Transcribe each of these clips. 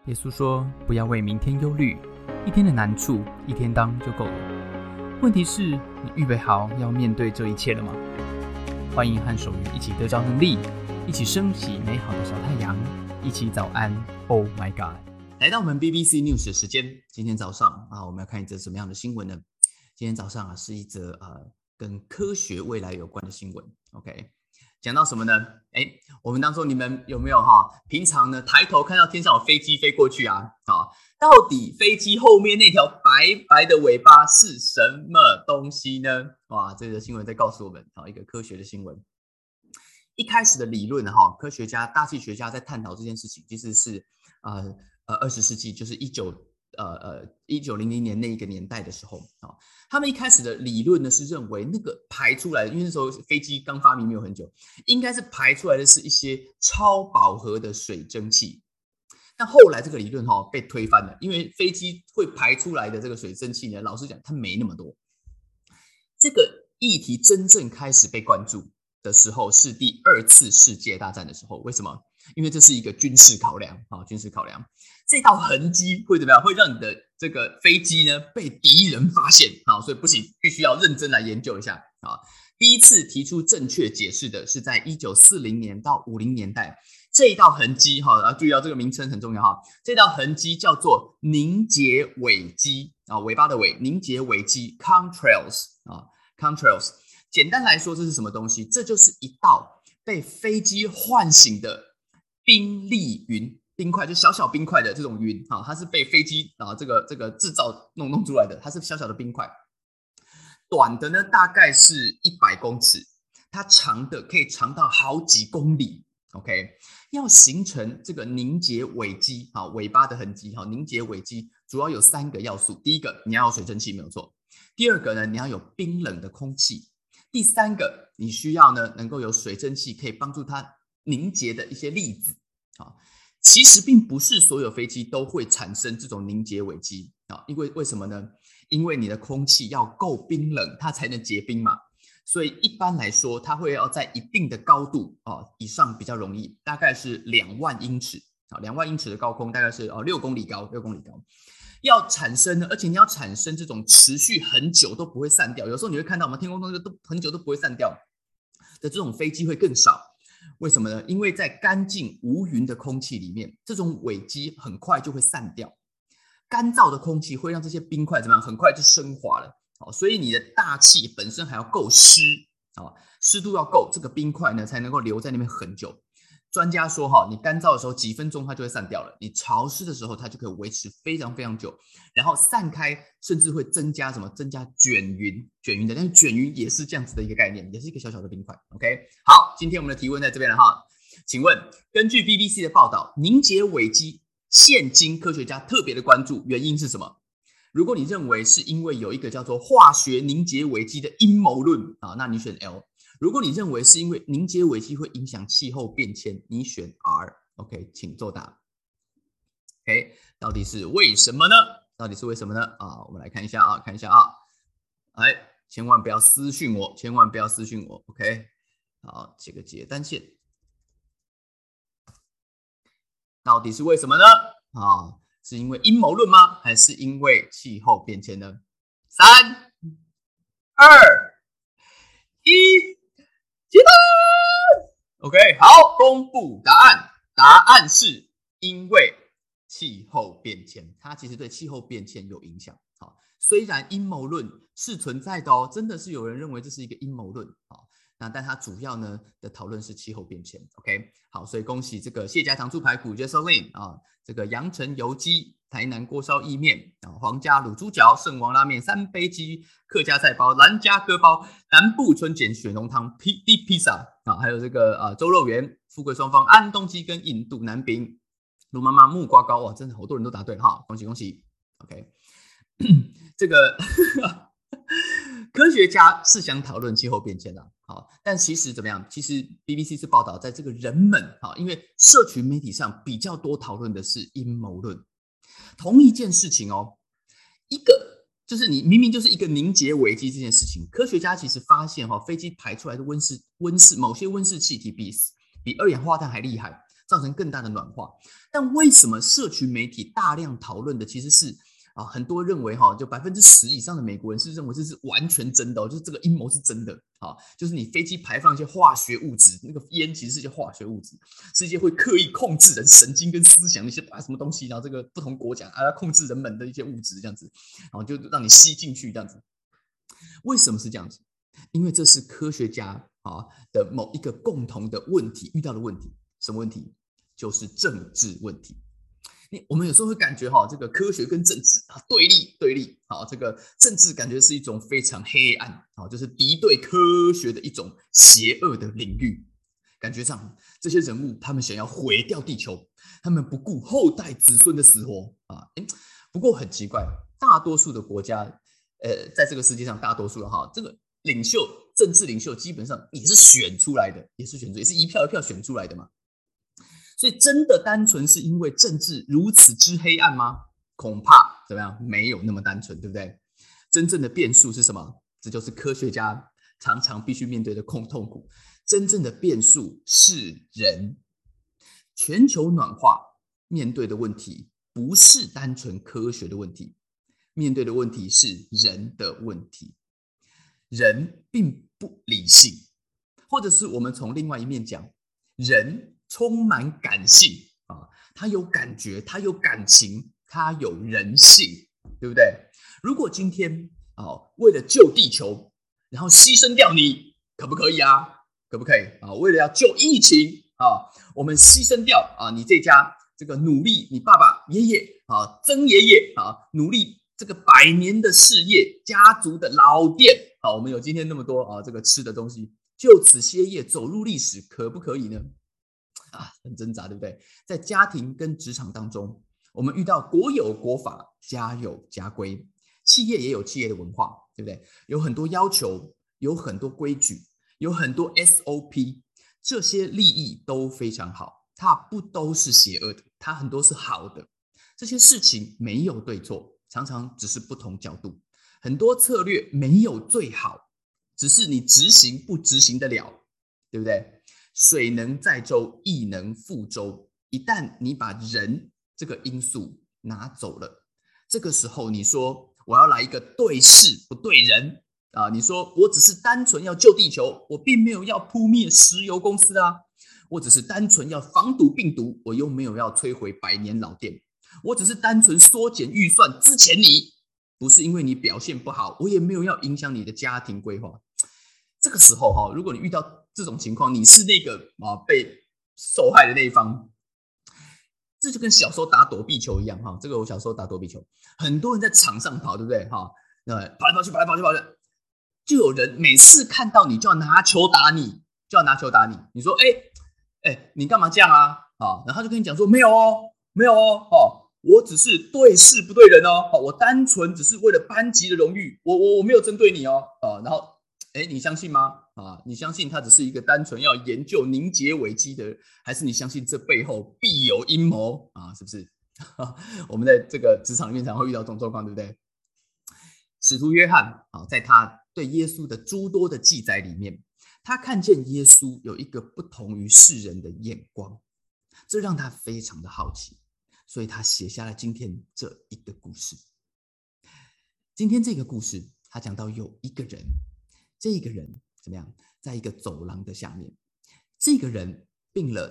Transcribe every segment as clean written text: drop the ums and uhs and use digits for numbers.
耶稣说：“不要为明天忧虑，一天的难处一天当就够了。问题是，你预备好要面对这一切了吗？”欢迎和守愚一起得着能力，一起升起美好的小太阳，一起早安 ！Oh my God！ 来到我们 BBC News 的时间，今天早上我们要看一则什么样的新闻呢？今天早上是一则跟科学未来有关的新闻。OK。讲到什么呢？我们当中你们有没有平常呢抬头看到天上有飞机飞过去啊？到底飞机后面那条白白的尾巴是什么东西呢？哇，这个新闻在告诉我们一个科学的新闻。一开始的理论科学家、大气学家在探讨这件事情，其实是20世纪，就是1900年那一个年代的时候他们一开始的理论呢是认为那个排出来的，因为那时候飞机刚发明没有很久，应该是排出来的是一些超饱和的水蒸气。但后来这个理论被推翻了，因为飞机会排出来的这个水蒸气呢，老实讲它没那么多。这个议题真正开始被关注的时候是第2次世界大战的时候。为什么？因为这是一个军事考量军事考量，这道痕迹会怎么样？会让你的这个飞机呢被敌人发现所以不行，必须要认真来研究一下第一次提出正确解释的是在1940年到50年代，这一道痕迹注意到这个名称很重要这道痕迹叫做凝结尾基尾巴的尾，凝结尾基 contrails contrails。简单来说，这是什么东西？这就是一道被飞机唤醒的冰粒云，冰块就小小冰块的这种云它是被飞机这个制造弄出来的，它是小小的冰块，短的呢大概是100公尺，它长的可以长到好几公里。OK， 要形成这个凝结尾基尾巴的痕迹凝结尾基主要有3个要素。第一个，你要有水蒸气，没有错。第二个呢，你要有冰冷的空气。第三个，你需要呢能够有水蒸气可以帮助它凝结的一些粒子其实并不是所有飞机都会产生这种凝结尾基因为为什么呢？因为你的空气要够冰冷，它才能结冰嘛。所以一般来说，它会要在一定的高度以上比较容易，大概是2万英尺2万英尺的高空，大概是6公里高要产生呢，而且你要产生这种持续很久都不会散掉。有时候你会看到我们天空中都很久都不会散掉的这种飞机会更少。为什么呢？因为在干净无云的空气里面，这种尾基很快就会散掉。干燥的空气会让这些冰块怎么样？很快就升华了所以你的大气本身还要够湿湿度要够，这个冰块呢才能够留在那边很久。专家说你干燥的时候几分钟它就会散掉了，你潮湿的时候它就可以维持非常非常久，然后散开甚至会增加卷云的，但是卷云也是这样子的一个概念，也是一个小小的冰块。 OK， 好，今天我们的提问在这边了请问根据 BBC 的报道，凝结尾基现今科学家特别的关注，原因是什么？如果你认为是因为有一个叫做化学凝结尾基的阴谋论那你选 L。如果你认为是因为凝结尾基会影响气候变迁，你选 R。 OK， 请作答。OK， 到底是为什么呢？我们来看一下千万不要私讯我 OK， 好，这个解单线到底是为什么呢？是因为阴谋论吗？还是因为气候变迁呢？3、2、1，解答。 OK， 好，公布答案。答案是因为气候变迁，它其实对气候变迁有影响虽然阴谋论是存在的真的是有人认为这是一个阴谋论但它主要呢的讨论是气候变迁。 OK， 好，所以恭喜这个谢家糖醋排骨 Jesselyn 这个阳城油鸡、台南锅烧意面皇家卤猪脚、圣王拉面、3杯鸡、客家菜包、兰家割包、南部春卷雪浓汤、披萨还有这个周肉圆、富贵双方、安东鸡跟印度南饼、卢妈妈木瓜糕。哇，真的好多人都答对了恭喜恭喜。 OK， 这个科学家是想讨论气候变迁但其实怎么样？其实 BBC 是报道在这个人们因为社群媒体上比较多讨论的是阴谋论。同一件事情一个就是你明明就是一个凝结尾基这件事情，科学家其实发现飞机排出来的某些温室气体比二氧化碳还厉害， 造成更大的暖化。但为什么社群媒体大量讨论的其实是很多认为就10%以上的美国人是认为这是完全真的就是这个阴谋是真的就是你飞机排放一些化学物质，那个烟其实是一些化学物质，是一些会刻意控制人神经跟思想的一些什么东西，然后这个不同国家控制人们的一些物质这样子，然后就让你吸进去这样子。为什么是这样子？因为这是科学家的某一个共同的问题遇到的问题。什么问题？就是政治问题。我们有时候会感觉这个科学跟政治对立这个政治感觉是一种非常黑暗就是敌对科学的一种邪恶的领域。感觉上这些人物他们想要毁掉地球，他们不顾后代子孙的死活不过很奇怪，大多数的国家在这个世界上大多数这个政治领袖基本上也是选出来的，也是一票一票选出来的嘛。所以真的单纯是因为政治如此之黑暗吗？恐怕怎么样，没有那么单纯，对不对？真正的变数是什么？这就是科学家常常必须面对的痛苦。真正的变数是人。全球暖化面对的问题不是单纯科学的问题，面对的问题是人的问题。人并不理性，或者是我们从另外一面讲，人充满感性他有感觉，他有感情，他有人性，对不对？如果今天为了救地球，然后牺牲掉你，可不可以啊？可不可以为了要救疫情我们牺牲掉你这家这个努力，你爸爸、爷爷曾爷爷努力这个100年的事业，家族的老店我们有今天那么多这个吃的东西，就此歇业，走入历史，可不可以呢？很挣扎，对不对？在家庭跟职场当中，我们遇到国有国法，家有家规，企业也有企业的文化，对不对？有很多要求，有很多规矩，有很多 SOP， 这些利益都非常好，它不都是邪恶的，它很多是好的。这些事情没有对错，常常只是不同角度。很多策略没有最好，只是你执行不执行得了，对不对？水能载舟，亦能覆舟。一旦你把人这个因素拿走了，这个时候你说我要来一个对事不对人你说我只是单纯要救地球，我并没有要扑灭石油公司我只是单纯要防堵病毒，我又没有要摧毁100年老店，我只是单纯缩减预算资遣你，不是因为你表现不好，我也没有要影响你的家庭规划。这个时候如果你遇到这种情况，你是那个被受害的那一方，这就跟小时候打躲避球一样这个我小时候打躲避球，很多人在场上跑，对不对跑来跑去，就有人每次看到你就要拿球打你，你说你干嘛这样然后他就跟你讲说没有我只是对事不对人我单纯只是为了班级的荣誉，我没有针对你然后你相信吗你相信他只是一个单纯要研究凝结危机的，还是你相信这背后必有阴谋是不是我们在这个职场里面常会遇到这种状况，对不对？使徒约翰在他对耶稣的诸多的记载里面，他看见耶稣有一个不同于世人的眼光，这让他非常的好奇，所以他写下了今天这一个故事。今天这个故事他讲到有一个人，这个人怎么样？在一个走廊的下面，这个人病了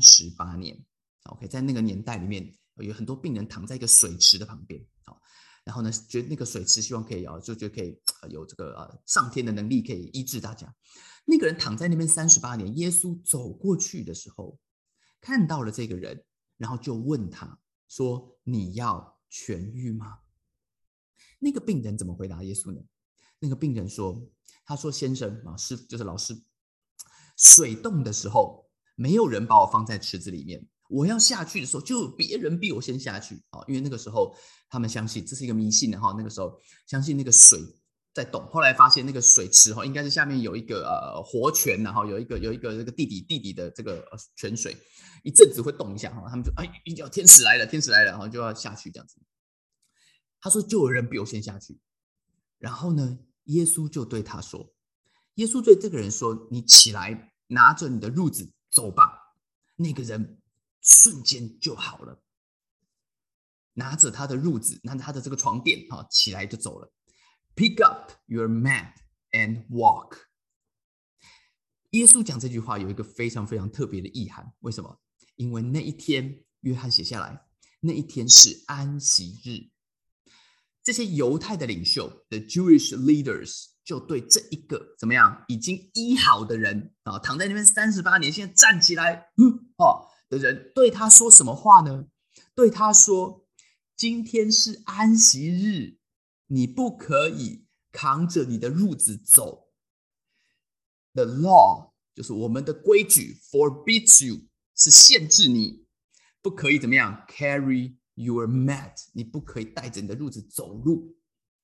38年。OK， 在那个年代里面，有很多病人躺在一个水池的旁边然后呢，觉得那个水池希望可以就觉得可以有这个上天的能力可以医治大家。那个人躺在那边38年，耶稣走过去的时候，看到了这个人，然后就问他说：“你要痊愈吗？”那个病人怎么回答耶稣呢？那个病人说：“他说先生就是老师，水动的时候，没有人把我放在池子里面。我要下去的时候，就有别人逼我先下去因为那个时候他们相信这是一个迷信的那个时候相信那个水在动，后来发现那个水池应该是下面有一个活泉有一个这个地底的这个泉水，一阵子会动一下他们就天使来了，然后就要下去这样子。他说就有人比我先下去，然后呢，耶稣就对他说，耶稣对这个人说：“你起来，拿着你的褥子走吧。”那个人瞬间就好了，拿着他的褥子，拿着他的这个床垫起来就走了。Pick up your mat and walk。耶稣讲这句话有一个非常非常特别的意涵，为什么？因为那一天，约翰写下来，那一天是安息日。这些犹太的领袖 ，the Jewish leaders， 就对这一个怎么样已经医好的人躺在那边38年，现在站起来的人，对他说什么话呢？对他说：“今天是安息日，你不可以扛着你的褥子走。The law 就是我们的规矩 forbids you 是限制你不可以怎么样 carry your mat， 你不可以带着你的褥子走路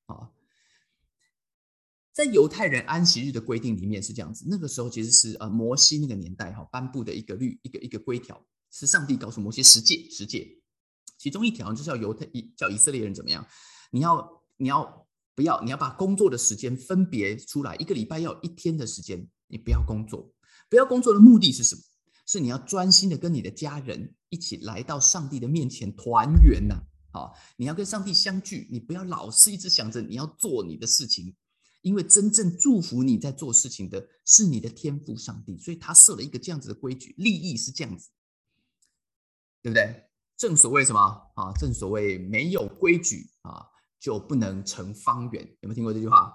在犹太人安息日的规定里面是这样子，那个时候其实是摩西那个年代颁布的一个规条，是上帝告诉摩西10诫，其中一条就是要叫以色列人怎么样，你要把工作的时间分别出来，一个礼拜要有1天的时间你不要工作。不要工作的目的是什么？是你要专心的跟你的家人一起来到上帝的面前团圆你要跟上帝相聚，你不要老是一直想着你要做你的事情，因为真正祝福你在做事情的是你的天父上帝，所以他设了一个这样子的规矩，利益是这样子，对不对？正所谓什么正所谓没有规矩就不能成方圆，有没有听过这句话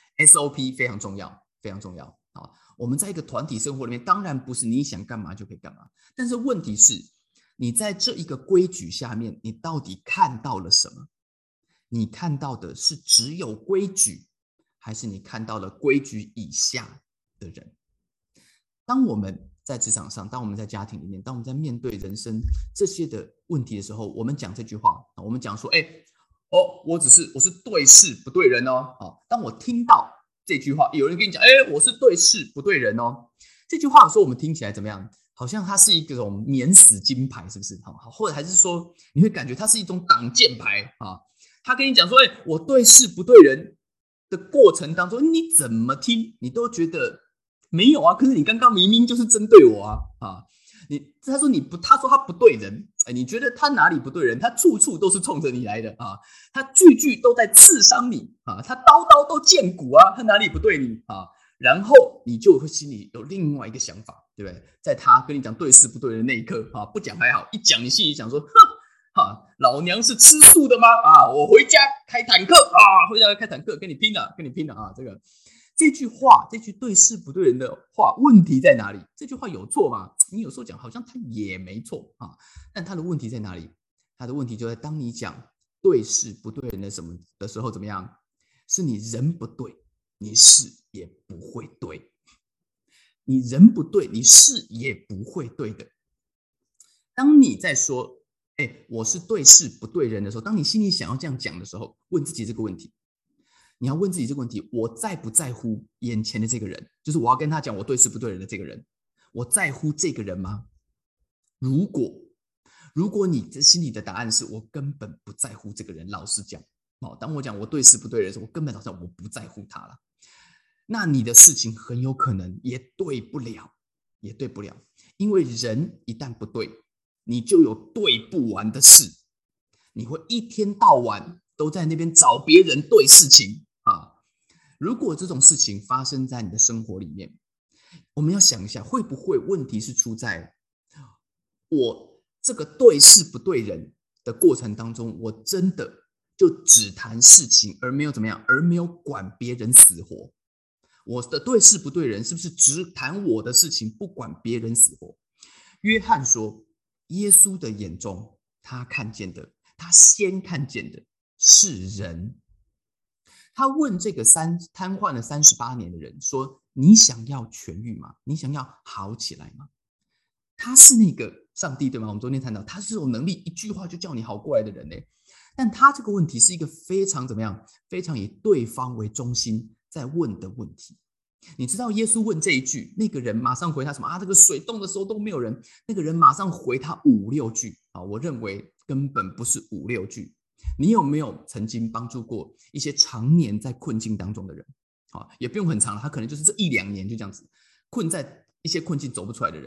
SOP 非常重要，非常重要我们在一个团体生活里面，当然不是你想干嘛就可以干嘛，但是问题是，你在这一个规矩下面，你到底看到了什么？你看到的是只有规矩，还是你看到了规矩以下的人？当我们在职场上，当我们在家庭里面，当我们在面对人生这些的问题的时候，我们讲这句话，我们讲说，我是对事不对人当我听到这句话，有人跟你讲，我是对事不对人这句话的时候，我们听起来怎么样？好像它是一种免死金牌，是不是？或者还是说，你会感觉它是一种挡箭牌他跟你讲说，我对事不对人的过程当中，你怎么听，你都觉得没有可是你刚刚明明就是针对我他说他不对人，你觉得他哪里不对人？他处处都是冲着你来的他句句都在刺伤你他刀刀都见骨他哪里不对你然后你就会心里有另外一个想法，对不对？在他跟你讲对事不对人的那一刻不讲还好，一讲你心里想说，老娘是吃素的吗？我回家开坦克回家开坦克，跟你拼了这句话，这句对事不对人的话，问题在哪里？这句话有错吗？你有时候讲好像他也没错但他的问题在哪里？他的问题就在当你讲对事不对人的时候怎么样？是你人不对，你事也不会对。你人不对，你事也不会对的。当你在说我是对事不对人的时候，当你心里想要这样讲的时候，问自己这个问题。你要问自己这个问题，我在不在乎眼前的这个人？就是我要跟他讲我对事不对人的这个人，我在乎这个人吗？如果你的心里的答案是我根本不在乎这个人，老实讲当我讲我对事不对人的时候，我根本好像我不在乎他了，那你的事情很有可能也对不了，因为人一旦不对，你就有对不完的事，你会一天到晚都在那边找别人对事情如果这种事情发生在你的生活里面，我们要想一下，会不会问题是出在我这个对事不对人的过程当中，我真的就只谈事情，而没有怎么样，而没有管别人死活。我的对事不对人，是不是只谈我的事情，不管别人死活？约翰说，耶稣的眼中，他先看见的是人。他问这个瘫痪了38年的人说，你想要痊愈吗？你想要好起来吗？他是那个上帝，对吗？我们昨天谈到他是有能力一句话就叫你好过来的人但他这个问题是一个非常怎么样，非常以对方为中心在问的问题。你知道耶稣问这一句，那个人马上回他什么这个水冻的时候都没有人，那个人马上回他5、6句我认为根本不是5、6句。你有没有曾经帮助过一些常年在困境当中的人也不用很长了，他可能就是这1、2年就这样子困在一些困境走不出来的人，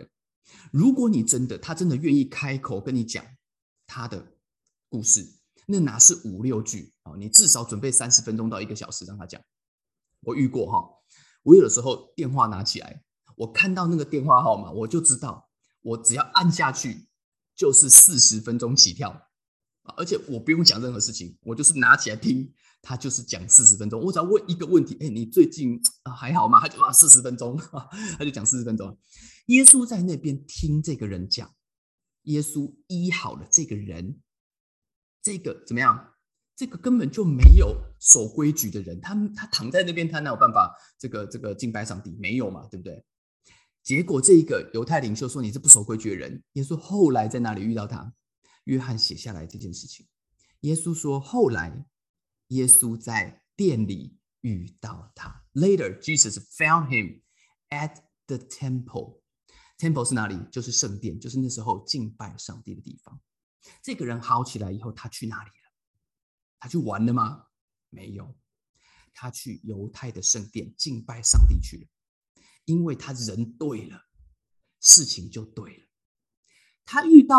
如果他真的愿意开口跟你讲他的故事，那哪是5-6句，你至少准备30分钟到1个小时让他讲。我遇过，我有的时候电话拿起来，我看到那个电话号码，我就知道我只要按下去就是40分钟起跳，而且我不用讲任何事情，我就是拿起来听，他就是讲40分钟。我只要问一个问题，你最近还好吗？他就40分钟，他就讲40分钟。耶稣在那边听这个人讲，耶稣医好了这个人，这个怎么样？这个根本就没有守规矩的人，他躺在那边，他哪有办法这个敬拜上帝？没有嘛，对不对？结果这个犹太领袖说你是不守规矩的人，耶稣后来在哪里遇到他？约翰写下来这件事情。耶稣说后来耶稣在店里遇到他。Later, Jesus found him at the temple.Temple 是哪里？就是圣殿，就是那时候敬拜上帝的地方。这个人好起来以后，他去哪里了？他去玩了吗？没有，他去犹太的圣殿敬拜上帝去了。因为他人对了，事情就对了。他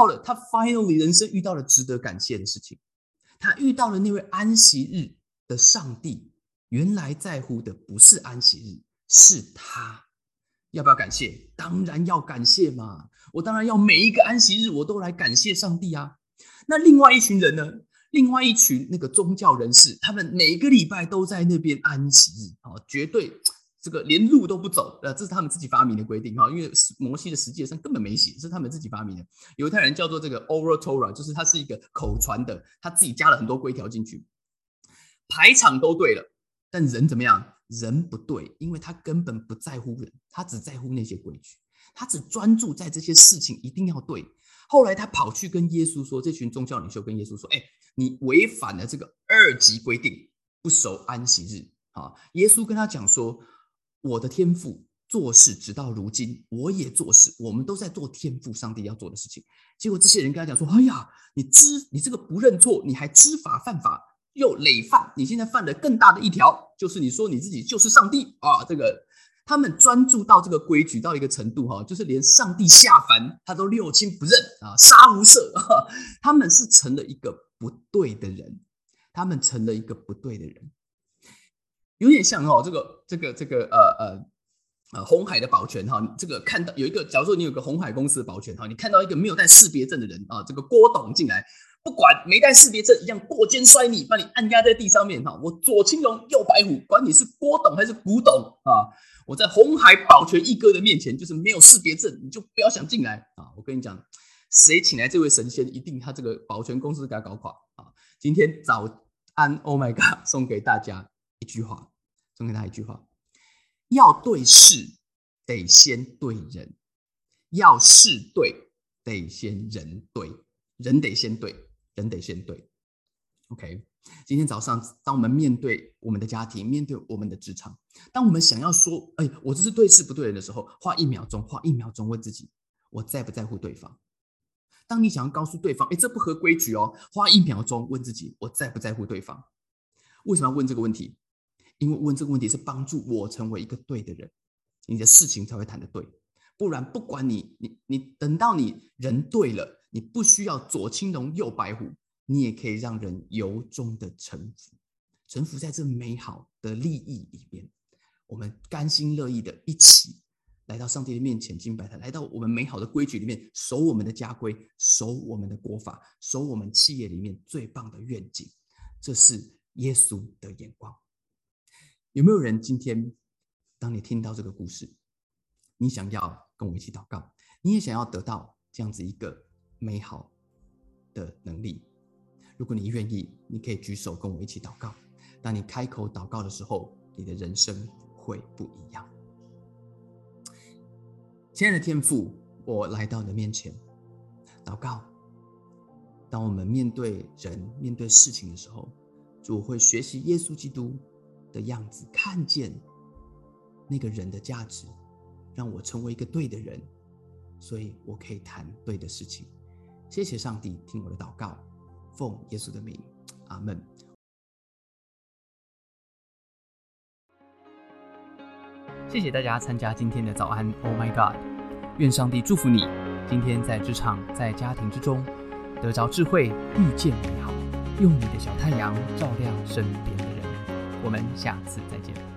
finally 人生遇到了值得感谢的事情。他遇到了那位安息日的上帝，原来在乎的不是安息日，是他。要不要感谢？当然要感谢嘛！我当然要每一个安息日我都来感谢上帝啊。那另外一群人呢？另外一群那个宗教人士，他们每个礼拜都在那边安息日，绝对这个连路都不走，这是他们自己发明的规定，因为摩西的十诫上根本没写，是他们自己发明的。犹太人叫做这个 oral Torah， 就是它是一个口传的，他自己加了很多规条进去，排场都对了，但人怎么样？人不对，因为他根本不在乎人，他只在乎那些规矩，他只专注在这些事情一定要对。后来他跑去跟耶稣说，这群宗教领袖跟耶稣说，你违反了这个2级规定，不守安息日。耶稣跟他讲说，我的天父做事直到如今，我也做事，我们都在做天父上帝要做的事情。结果这些人跟他讲说，哎呀，你这个不认错，你还知法犯法，又累犯，你现在犯了更大的一条，就是你说你自己就是上帝啊！这个他们专注到这个规矩到一个程度，就是连上帝下凡他都六亲不认啊，杀无赦。他们是成了一个不对的人，他们成了一个不对的人，有点像鸿海的保全这个看到有一个，假如说你有个鸿海公司的保全你看到一个没有带识别证的人这个郭董进来，不管没带识别证一样过肩摔你，把你按压在地上面我左青龙右白虎，管你是郭董还是古董我在鸿海保全一哥的面前就是没有识别证，你就不要想进来我跟你讲，谁请来这位神仙，一定他这个保全公司给他搞垮今天早安 Oh my God 送给大家一句话，要对事得先对人，要事对得先人对，人得先对。OK， 今天早上当我们面对我们的家庭，面对我们的职场，当我们想要说我这是对事不对人的时候，花1秒钟问自己，我在不在乎对方。当你想要告诉对方这不合规矩花1秒钟问自己，我在不在乎对方。为什么要问这个问题？因为问这个问题是帮助我成为一个对的人，你的事情才会谈得对。不然不管你等到你人对了，你不需要左青龙右白虎，你也可以让人由衷的臣服在这美好的利益里面。我们甘心乐意的一起来到上帝的面前敬拜他，来到我们美好的规矩里面，守我们的家规，守我们的国法，守我们企业里面最棒的愿景。这是耶稣的眼光。有没有人今天当你听到这个故事，你想要跟我一起祷告，你也想要得到这样子一个美好的能力？如果你愿意，你可以举手跟我一起祷告。当你开口祷告的时候，你的人生会不一样。亲爱的天父，我来到你的面前祷告。当我们面对人面对事情的时候，主，我会学习耶稣基督的样子，看见那个人的价值，让我成为一个对的人，所以我可以谈对的事情。谢谢上帝听我的祷告，奉耶稣的名，阿们。 谢谢大家参加今天的早安 Oh my God， 愿上帝祝福你今天在职场、在家庭之中，得着智慧，遇见美好，用你的小太阳照亮身边的人。我们下次再见。